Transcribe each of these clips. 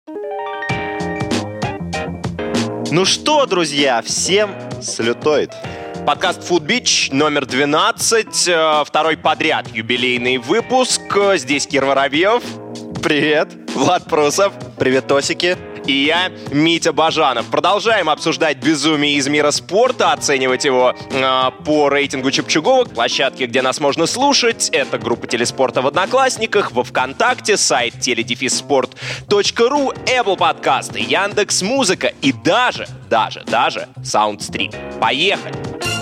Ну что, друзья, всем салютоид. Подкаст Food Beach номер 12, второй подряд юбилейный выпуск. Здесь Кир Воробьев. Привет. Влад Прусов. Привет, Тосики. И я, Митя Бажанов. Продолжаем обсуждать безумие из мира спорта, оценивать его по рейтингу Чепчуговок. Площадки, где нас можно слушать, это группа Телеспорта в Одноклассниках, во Вконтакте, сайт teledefissport.ru, Apple подкасты, Яндекс.Музыка и даже Soundstream. Поехали!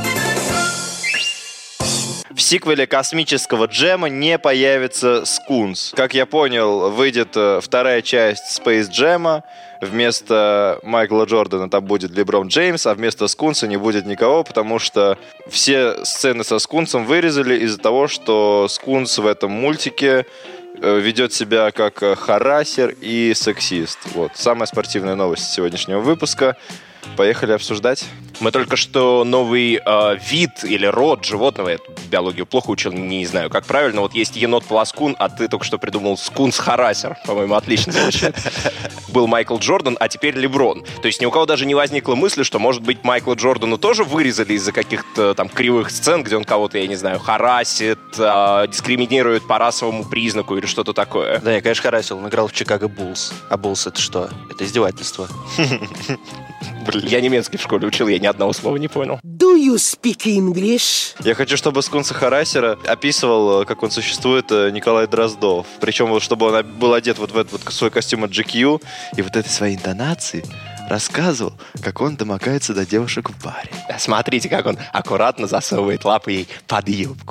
В сиквеле космического джема не появится Скунс. Как я понял, выйдет вторая часть Space Jam'а. Вместо Майкла Джордана там будет Леброн Джеймс, а вместо Скунса не будет никого, потому что все сцены со Скунсом вырезали из-за того, что Скунс в этом мультике ведет себя как харассер и сексист. Вот. Самая спортивная новость сегодняшнего выпуска. Поехали обсуждать. Мы только что новый вид или род животного, я биологию плохо учил, не знаю, как правильно. Вот есть енот-полоскун, а ты только что придумал скунс-харассер. По-моему, отлично звучит. Был Майкл Джордан, а теперь Леброн. То есть ни у кого даже не возникло мысли, что, может быть, Майкла Джордана тоже вырезали из-за каких-то там кривых сцен, где он кого-то, я не знаю, харассит, дискриминирует по расовому признаку или что-то такое. Да, я, конечно, харассил. Он играл в Чикаго Буллс. А Буллс — это что? Это издевательство. Блин, я немецкий в школе учил, я ни одного слова не понял. Do you speak English? Я хочу, чтобы Скунса Харассера описывал, как он существует, Николай Дроздов. Причем, чтобы он был одет вот в этот вот свой костюм от GQ и вот этой своей интонации рассказывал, как он домогается до девушек в баре. Смотрите, как он аккуратно засовывает лапы ей под юбку.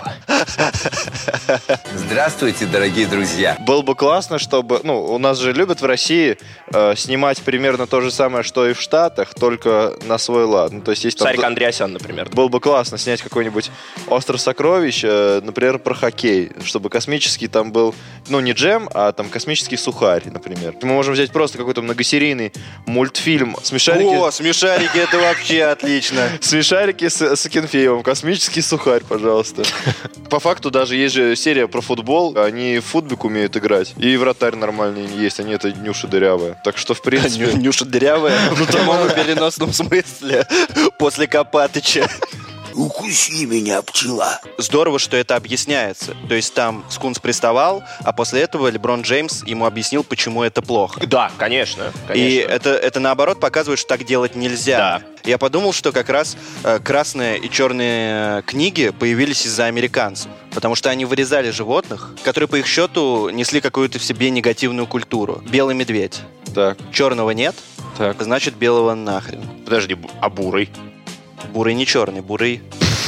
Здравствуйте, дорогие друзья. Было бы классно, чтобы... Ну, у нас же любят в России снимать примерно то же самое, что и в Штатах, только на свой лад. Ну, то есть есть там... Сарик Андреасян, например. Было бы классно снять какой-нибудь «Остров сокровищ», например, про хоккей, чтобы космический там был, ну, не джем, а там космический сухарь, например. Мы можем взять просто какой-то многосерийный мультфильм «Смешарики». О, смешарики, это вообще отлично. «Смешарики» с Акинфеевым. Космический сухарь, пожалуйста. По факту даже есть же серия про футбол. Они в футбик умеют играть. И вратарь нормальный есть. Они это Нюша дырявая. Так что, в принципе... Нюша дырявая? В прямом и переносном смысле. После Копатыча. Укуси меня, пчела. Здорово, что это объясняется. То есть там Скунс приставал, а после этого Леброн Джеймс ему объяснил, почему это плохо. Да, конечно. И это наоборот показывает, что так делать нельзя. Да. Я подумал, что как раз красные и черные книги появились из-за американцев. Потому что они вырезали животных, которые, по их счету, несли какую-то в себе негативную культуру. Белый медведь. Так. Черного нет, Так. значит белого нахрен. Подожди, а бурый? Бурый не черный, бурый...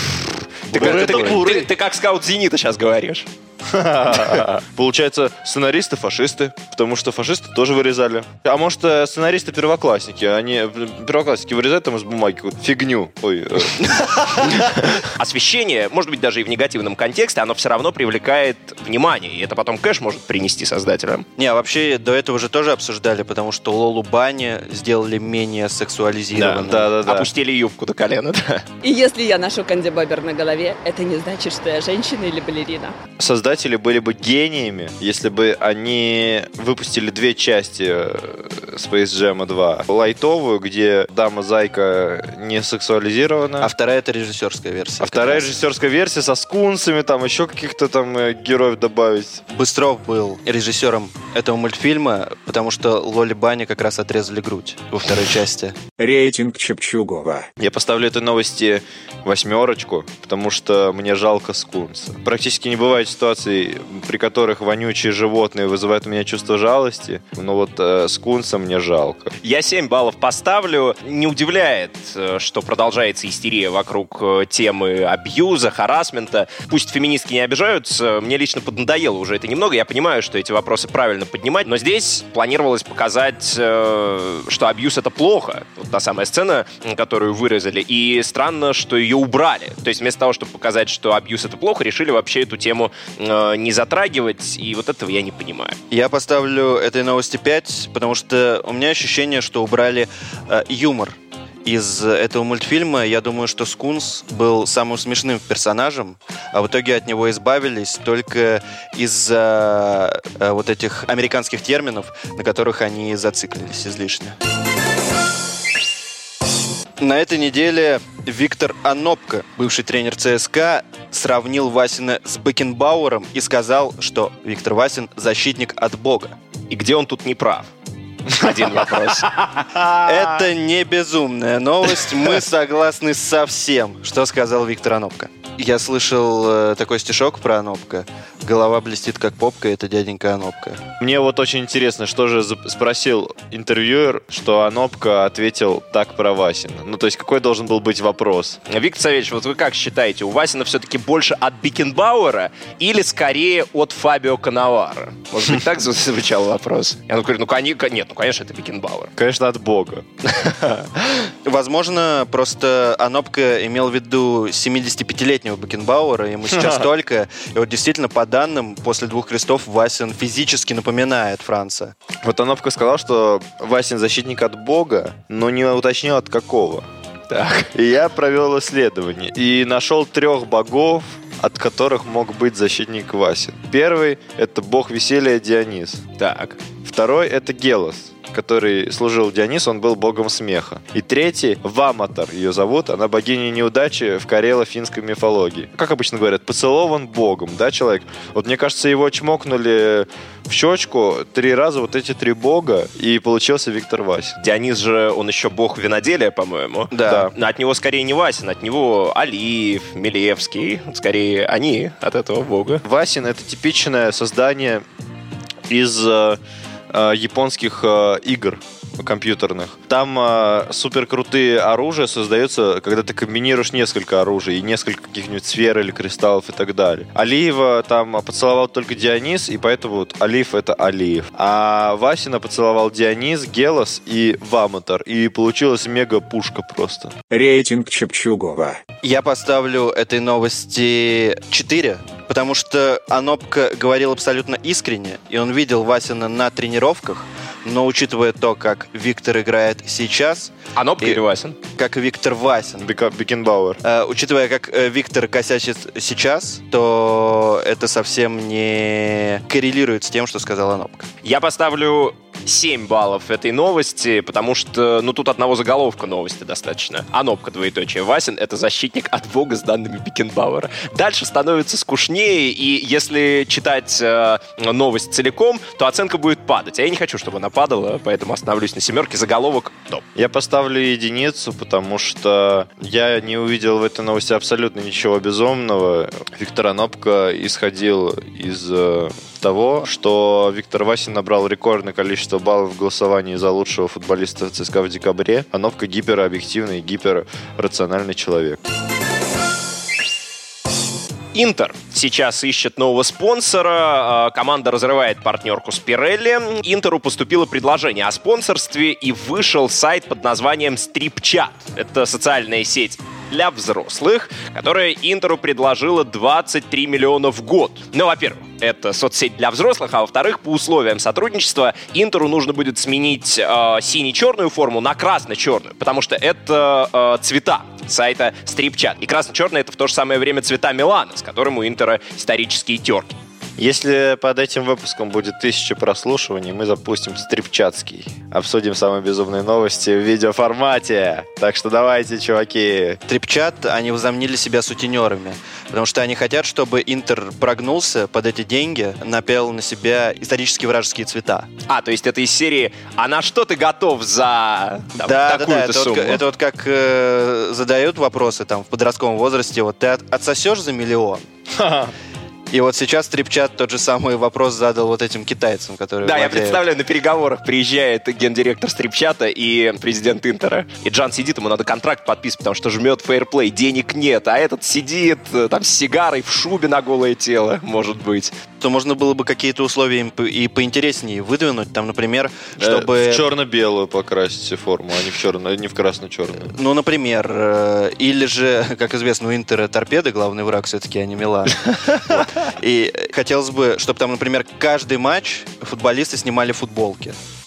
Ты как скаут «Зенита» сейчас говоришь. Получается, сценаристы фашисты, потому что фашисты тоже вырезали. А может, сценаристы первоклассники? Они первоклассники вырезают там из бумаги какую-то фигню. Ой. Освещение, может быть, даже и в негативном контексте, оно все равно привлекает внимание, и это потом кэш может принести создателям. Не, а вообще до этого же тоже обсуждали, потому что Лолу Банни сделали менее сексуализированной. Да. Опустили юбку до колена, да. И если я ношу Канди Бобер на голове, это не значит, что я женщина или балерина. Создатели были бы гениями, если бы они выпустили две части Space Jam 2. Лайтовую, где дама-зайка не сексуализирована. А вторая — это режиссерская версия. А вторая режиссерская версия со скунсами, там еще каких-то там героев добавить. Быстров был режиссером этого мультфильма, потому что Лоле Банни как раз отрезали грудь во второй части. Рейтинг Чепчугова. Я поставлю этой новости 8, потому что мне жалко скунса. Практически не бывает ситуаций, при которых вонючие животные вызывают у меня чувство жалости, но вот скунса мне жалко. Я 7 баллов поставлю. Не удивляет, что продолжается истерия вокруг темы абьюза, харассмента. Пусть феминистки не обижаются, мне лично поднадоело уже это немного. Я понимаю, что эти вопросы правильно поднимать, но здесь планировалось показать, что абьюз — это плохо. Вот та самая сцена, которую вырезали, и странно, что ее убрали. То есть вместо того, чтобы показать, что абьюз — это плохо, решили вообще эту тему не затрагивать, и вот этого я не понимаю. Я поставлю этой новости 5, потому что у меня ощущение, что убрали юмор из этого мультфильма, я думаю, что Скунс был самым смешным персонажем, а в итоге от него избавились только из-за вот этих американских терминов, на которых они зациклились излишне. На этой неделе Виктор Онопко, бывший тренер ЦСКА, сравнил Васина с Бекенбауэром и сказал, что Виктор Васин защитник от Бога. И где он тут не прав? Один вопрос. Это не безумная новость. Мы согласны со всем, что сказал Виктор Онопко. Я слышал такой стишок про Онопко. Голова блестит, как попка, это дяденька Онопко. Мне вот очень интересно, что же спросил интервьюер, что Онопко ответил так про Васина. Ну, то есть, какой должен был быть вопрос? Виктор Савельевич, вот вы как считаете, у Васина все-таки больше от Бекенбауэра или скорее от Фабио Канаваро? Может быть, так звучал вопрос? Я говорю, конечно, это Бекенбауэр. Конечно, от Бога. Возможно, просто Онопко имел в виду 75-летнего Бекенбауэра, ему сейчас столько. И вот действительно, по данным, после 2 крестов Васин физически напоминает Франца. Вот Онопко сказал, что Васин защитник от Бога, но не уточнил от какого. Так. И я провел исследование и нашел 3 богов, от которых мог быть защитник Васин. Первый — это бог веселья Дионис. Так. Второй — это Гелос, который служил Дионису, он был богом смеха. И третий — Ваматор, ее зовут, она богиня неудачи в карело-финской мифологии. Как обычно говорят, поцелован богом, да, человек? Вот мне кажется, его чмокнули в щечку 3 раза вот эти 3 бога, и получился Виктор Васин. Дионис же, он еще бог виноделия, по-моему. Да. Но от него скорее не Васин, от него Алиев, Милевский. Скорее они от этого бога. Васин — это типичное создание из японских игр компьютерных. Там супер крутые оружия создаются, когда ты комбинируешь несколько оружий и несколько каких-нибудь сфер или кристаллов и так далее. Алиева там поцеловал только Дионис, и поэтому вот Алиев — это Алиев. А Васина поцеловал Дионис, Гелос и Ваматор, и получилась мега-пушка просто. Рейтинг Чепчугова. Я поставлю этой новости 4, потому что Онопко говорил абсолютно искренне, и он видел Васина на тренировках, но учитывая то, как Виктор играет сейчас... Онопко или Васин? Как Виктор Васин. Бекенбауэр. Учитывая, как Виктор косячит сейчас, то это совсем не коррелирует с тем, что сказал Онопко. Я поставлю 7 баллов этой новости, потому что, тут одного заголовка новости достаточно. Онопко, двоеточие, Васин — это защитник от бога с данными Бекенбауэра. Дальше становится скучнее, и если читать новость целиком, то оценка будет падать. А я не хочу, чтобы она падала, поэтому остановлюсь на 7. Заголовок — топ. Я поставлю 1, потому что я не увидел в этой новости абсолютно ничего безумного. Виктор Онопко исходил из того, что Виктор Васин набрал рекордное количество баллов в голосовании за лучшего футболиста ЦСКА в декабре. Онопко гиперобъективный, гиперрациональный человек. Интер сейчас ищет нового спонсора. Команда разрывает партнерку с Пирелли. Интеру поступило предложение о спонсорстве, и вышел сайт под названием Stripchat. Это социальная сеть для взрослых, которая Интеру предложила 23 миллиона в год. Во-первых, это соцсеть для взрослых, а во-вторых, по условиям сотрудничества Интеру нужно будет сменить сине-черную форму на красно-черную, потому что это цвета сайта Stripchat. И красно-черный — это в то же самое время цвета Милана, с которым у Интера исторические терки. Если под этим выпуском будет 1000 прослушиваний, мы запустим Стрипчатский. Обсудим самые безумные новости в видеоформате. Так что давайте, чуваки. Stripchat, они возомнили себя сутенерами, потому что они хотят, чтобы Интер прогнулся под эти деньги, напял на себя исторически вражеские цвета. То есть это из серии «А на что ты готов за такую-то сумму?» Это вот как задают вопросы там в подростковом возрасте. Вот ты отсосешь за 1 миллион? И вот сейчас Stripchat тот же самый вопрос задал вот этим китайцам, которые я представляю, на переговорах приезжает гендиректор Stripchat и президент Интера. И Джан сидит, ему надо контракт подписывать, потому что жмет фейерплей, денег нет. А этот сидит там с сигарой, в шубе на голое тело, может быть. То можно было бы какие-то условия им и поинтереснее выдвинуть. Там, например, чтобы... В черно-белую покрасить форму, а не в красно-черную. Ну, например. Или же, как известно, у Интера торпеды главный враг все-таки, а не Милан. И хотелось бы, чтобы там, например, каждый матч футболисты снимали футболки.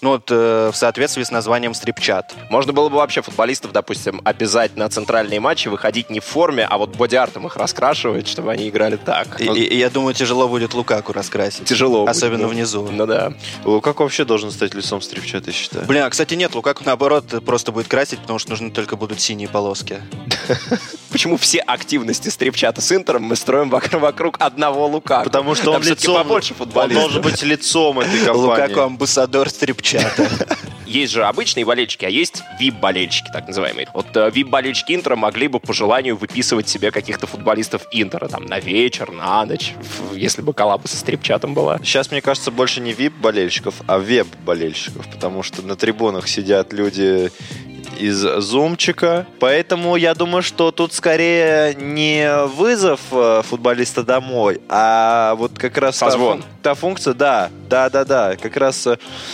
Ну вот в соответствии с названием «Стрипчат». Можно было бы вообще футболистов, допустим, обязать на центральные матчи выходить не в форме, а вот боди-артом их раскрашивать, чтобы они играли так. И я думаю, тяжело будет Лукаку раскрасить. Тяжело. Особенно внизу. Ну да. Лукаку вообще должен стать лицом Стрипчата, я считаю. Блин, а кстати нет, Лукаку наоборот просто будет красить, потому что нужны только будут синие полоски. Почему все активности Стрипчата с Интером мы строим вокруг одного Лукаку? Потому что Там он все-таки лицом, побольше он футболистов. должен быть лицом этой компании. Лукаку амбассадор Стрипчата. Есть же обычные болельщики, а есть VIP-болельщики, так называемые. Вот VIP-болельщики Интера могли бы по желанию выписывать себе каких-то футболистов Интера там на вечер, на ночь, если бы коллаба со Стрипчатом была. Сейчас, мне кажется, больше не VIP-болельщиков, а веб-болельщиков, потому что на трибунах сидят люди из зумчика. Поэтому я думаю, что тут скорее не вызов футболиста домой, а вот как раз созвон. Та функция, да, как раз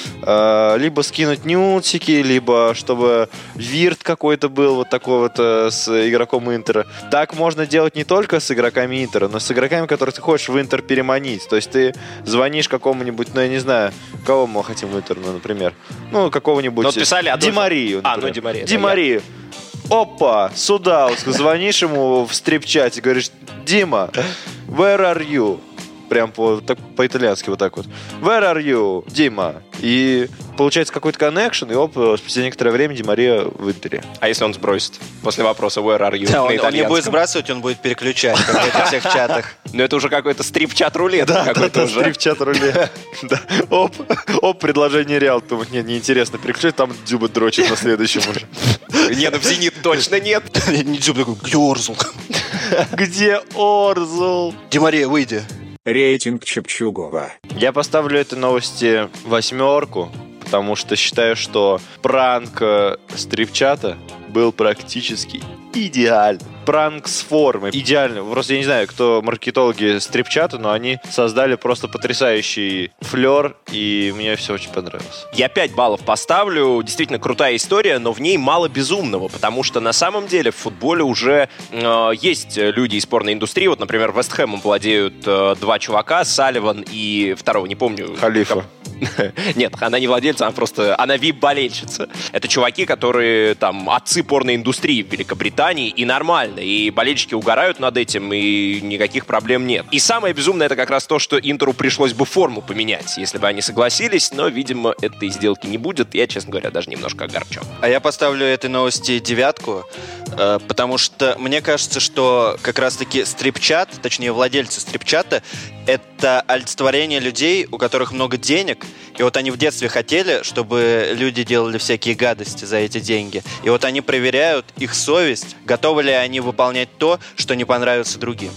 либо скинуть нюцики, либо чтобы вирт какой-то был вот такой вот с игроком Интера. Так можно делать не только с игроками Интера, но с игроками, которых ты хочешь в Интер переманить. То есть ты звонишь какому-нибудь, ну я не знаю, кого мы хотим в Интер, ну, например, ну какого-нибудь Вот писали Ди Марию, например. Ди Мария. Ди Марию. Опа, сюда, звонишь ему в стрип-чате, говоришь: Дима, where are you? Прям по-итальянски вот так вот. Where are you, Дима? И получается какой-то коннекшн, и спустя некоторое время Ди Мария в Интере. А если он сбросит после вопроса where are you Да, на он не итальянском? будет сбрасывать, он будет переключать, как в этих всех чатах. Ну это уже какой-то стрип-чат-рулет. какой-то уже. Стрип-чат рулет. Да. Оп, предложение реал. Думаю, нет, неинтересно переключать, там Дзюба дрочит на следующем уже. Не, ну в «Зенит» точно нет. Не Дзюб такой: где Орзул? Где Орзул? Ди Мария, выйди. Рейтинг Чепчугова. Я поставлю этой новости 8, потому что считаю, что пранк Стрипчата был практически идеальный. Пранк с формой. Идеально. Просто я не знаю, кто маркетологи Стрипчата, но они создали просто потрясающий флер, и мне все очень понравилось. Я 5 баллов поставлю. Действительно крутая история, но в ней мало безумного, потому что на самом деле в футболе уже есть люди из спорной индустрии. Вот, например, Вест Хэмом владеют 2 чувака, Салливан и второго, не помню. Халифа. Нет, она не владельца, она вип-болельщица. Это чуваки, которые там отцы порной индустрии в Великобритании, и нормально. И болельщики угорают над этим, и никаких проблем нет. И самое безумное это как раз то, что Интеру пришлось бы форму поменять, если бы они согласились, но, видимо, этой сделки не будет. Я, честно говоря, даже немножко огорчен. А я поставлю этой новости 9, потому что мне кажется, что как раз-таки Стрипчат, точнее владельцы Стрипчата, это олицетворение людей, у которых много денег, и вот они в детстве хотели, чтобы люди делали всякие гадости за эти деньги. И вот они проверяют их совесть, готовы ли они выполнять то, что не понравится другим.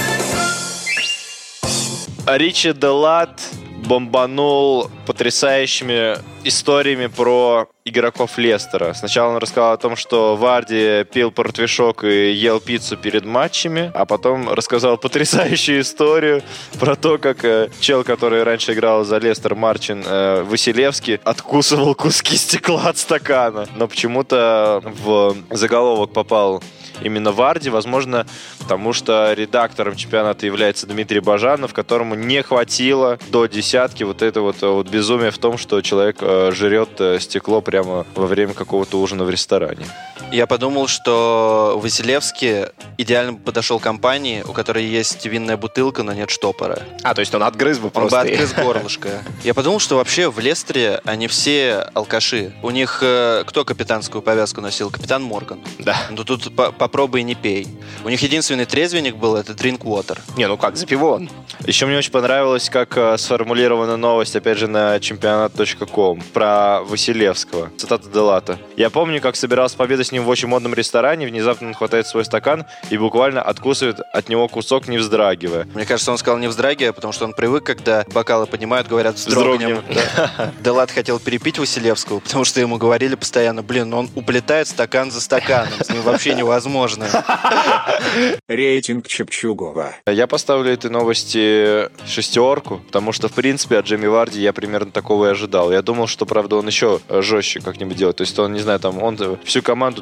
Ричи Делат бомбанул потрясающими историями про игроков Лестера. Сначала он рассказал о том, что Варди пил портвишок и ел пиццу перед матчами, а потом рассказал потрясающую историю про то, как чел, который раньше играл за Лестер, Марчин Василевский, откусывал куски стекла от стакана. Но почему-то в заголовок попал именно Варди, возможно, потому что редактором чемпионата является Дмитрий Бажанов, которому не хватило до десятки вот это вот безумие в том, что человек жрет стекло прямо во время какого-то ужина в ресторане. Я подумал, что Василевский идеально подошел к компании, у которой есть винная бутылка, но нет штопора. А, то есть он отгрыз бы Он просто. бы отгрыз горлышко. Я подумал, что вообще в Лестере они все алкаши. У них кто капитанскую повязку носил? Капитан Морган. Да. Ну тут попробуй не пей. У них единственный трезвенник был — это Drinkwater. Не, ну как, за пивон. Еще мне очень понравилось, как сформулирована новость, опять же, на чемпионат.ком про Василевского. Цитата Делата. «Я помню, как собирался победа с ним в очень модном ресторане, внезапно он хватает свой стакан и буквально откусывает от него кусок, не вздрагивая». Мне кажется, он сказал не вздрагивая, потому что он привык, когда бокалы поднимают, говорят «вздрогнем». Делат хотел перепить Василевского, потому что ему говорили постоянно: блин, он уплетает стакан за стаканом, с ним вообще невозможно. Рейтинг Чепчугова. Я поставлю этой новости 6, потому что, в принципе, от Джейми Варди я примерно такого и ожидал. Я думал, что, правда, он еще жестче как-нибудь делает. То есть он, не знаю, там, он всю команду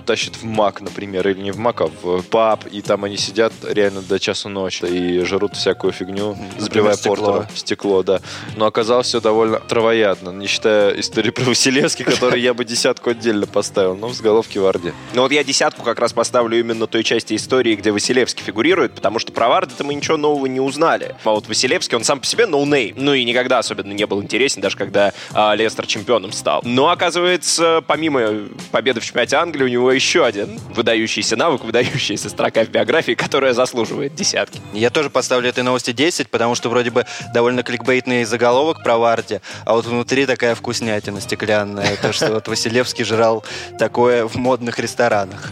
тащит в МАК, например, или не в МАК, а в паб, и там они сидят реально до часу ночи и жрут всякую фигню, запивая портером. Стекло, да. Но оказалось все довольно травоядно, не считая истории про Василевский, который я бы 10 отдельно поставил, но в заголовке Варди. Ну вот я 10 как раз поставлю именно той части истории, где Василевский фигурирует, потому что про Варди-то мы ничего нового не узнали. А вот Василевский, он сам по себе ноунейм. Ну и никогда особенно не был интересен, даже когда Лестер чемпионом стал. Но, оказывается, помимо победы в чемпионате Англии, у него еще один выдающийся навык, выдающаяся строка в биографии, которая заслуживает 10. Я тоже поставлю этой новости 10, потому что вроде бы довольно кликбейтный заголовок про Варди, а вот внутри такая вкуснятина стеклянная. То, что вот Василевский жрал такое в модных ресторанах.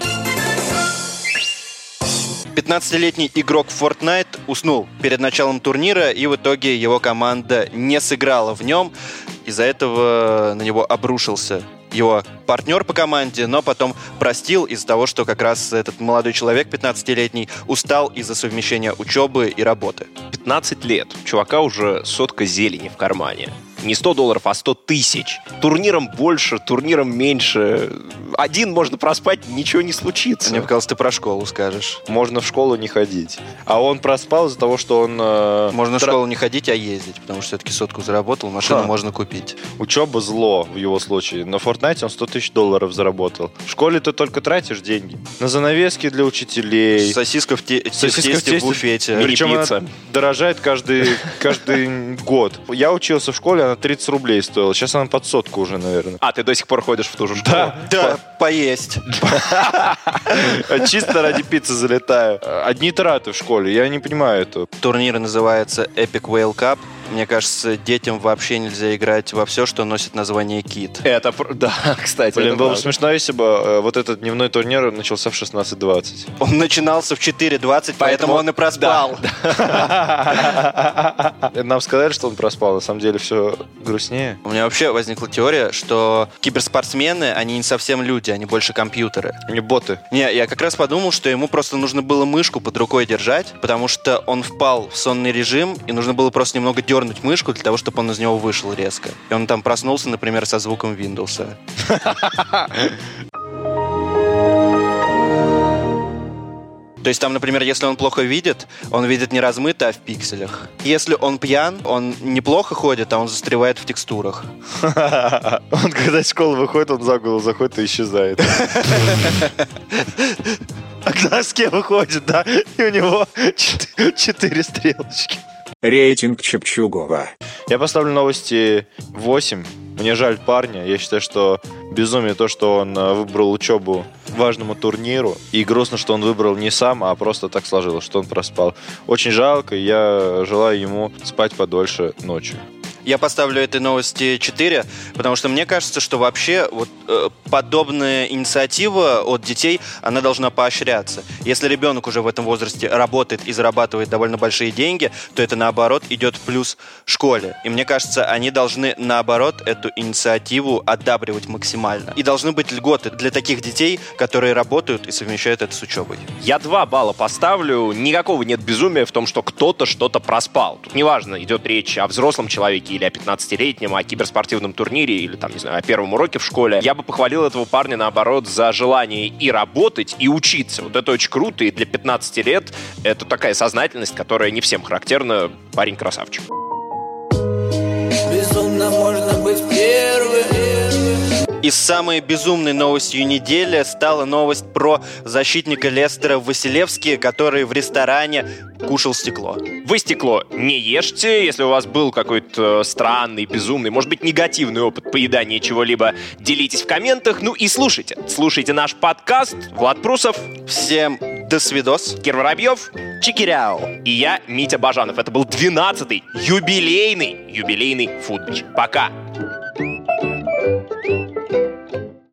15-летний игрок Fortnite уснул перед началом турнира, и в итоге его команда не сыграла в нем. Из-за этого на него обрушился его партнер по команде, но потом простил из-за того, что как раз этот молодой человек, 15-летний, устал из-за совмещения учебы и работы. 15 лет. У чувака уже сотка зелени в кармане. Не $100, а 100 тысяч. Турниром больше, турниром меньше. Один можно проспать, ничего не случится. Мне показалось, ты про школу скажешь. Можно в школу не ходить. А он проспал из-за того, что он... Можно в школу не ходить, а ездить, потому что все-таки сотку заработал, машину можно купить. Учеба зло в его случае. На Fortnite он $100 тысяч заработал. В школе ты только тратишь деньги. На занавески для учителей. Сосиска в тесте в буфете. Причем она дорожает каждый год. Я учился в школе, она 30 рублей стоила. Сейчас она под 100 уже, наверное. А, ты до сих пор ходишь в ту же школу? Да, поесть. Чисто ради пиццы залетаю. Одни траты в школе, я не понимаю этого. Турнир называется Epic Whale Cup. Мне кажется, детям вообще нельзя играть во все, что носит название кит. Это, да, кстати. Блин, было бы смешно, если бы вот этот дневной турнир начался в 16:20. Он начинался в 4:20, поэтому он и проспал. Нам сказали, что он проспал, на самом деле все грустнее. У меня вообще возникла теория, что киберспортсмены, они не совсем люди, они больше компьютеры. Не боты. Не, я как раз подумал, что ему просто нужно было мышку под рукой держать, потому что он впал в сонный режим, и нужно было просто немного дернуть мышку для того, чтобы он из него вышел резко. И он там проснулся, например, со звуком Windows. То есть там, например, если он плохо видит, он видит не размыто, а в пикселях. Если он пьян, он неплохо ходит, а он застревает в текстурах. Он, когда из школы выходит, он за голову заходит и исчезает. А к доске выходит, да, и у него 4 стрелочки. Рейтинг Чепчугова. Я поставлю новости 8. Мне жаль парня. Я считаю, что безумие то, что он выбрал учебу важному турниру. И грустно, что он выбрал не сам, а просто так сложилось, что он проспал. Очень жалко. Я желаю ему спать подольше ночью. Я поставлю этой новости 4, потому что мне кажется, что вообще вот подобная инициатива от детей, она должна поощряться. Если ребенок уже в этом возрасте работает и зарабатывает довольно большие деньги, то это, наоборот, идет в плюс школе. И мне кажется, они должны, наоборот, эту инициативу одабривать максимально. И должны быть льготы для таких детей, которые работают и совмещают это с учебой. Я 2 балла поставлю. Никакого нет безумия в том, что кто-то что-то проспал. Тут неважно, идет речь о взрослом человеке или о 15-летнем, о киберспортивном турнире или, там, не знаю, о первом уроке в школе. Я бы похвалил этого парня, наоборот, за желание и работать, и учиться. Вот это очень круто, и для 15 лет это такая сознательность, которая не всем характерна. Парень красавчик. Безумно можно быть первым. И самой безумной новостью недели стала новость про защитника Лестера Василевски, который в ресторане кушал стекло. Вы стекло не ешьте, если у вас был какой-то странный, безумный, может быть, негативный опыт поедания чего-либо, делитесь в комментах, ну и слушайте. Слушайте наш подкаст. Влад Прусов. Всем до свидос. Кир Воробьев. Чикиряу. И я, Митя Бажанов. Это был 12-й юбилейный Футбич. Пока.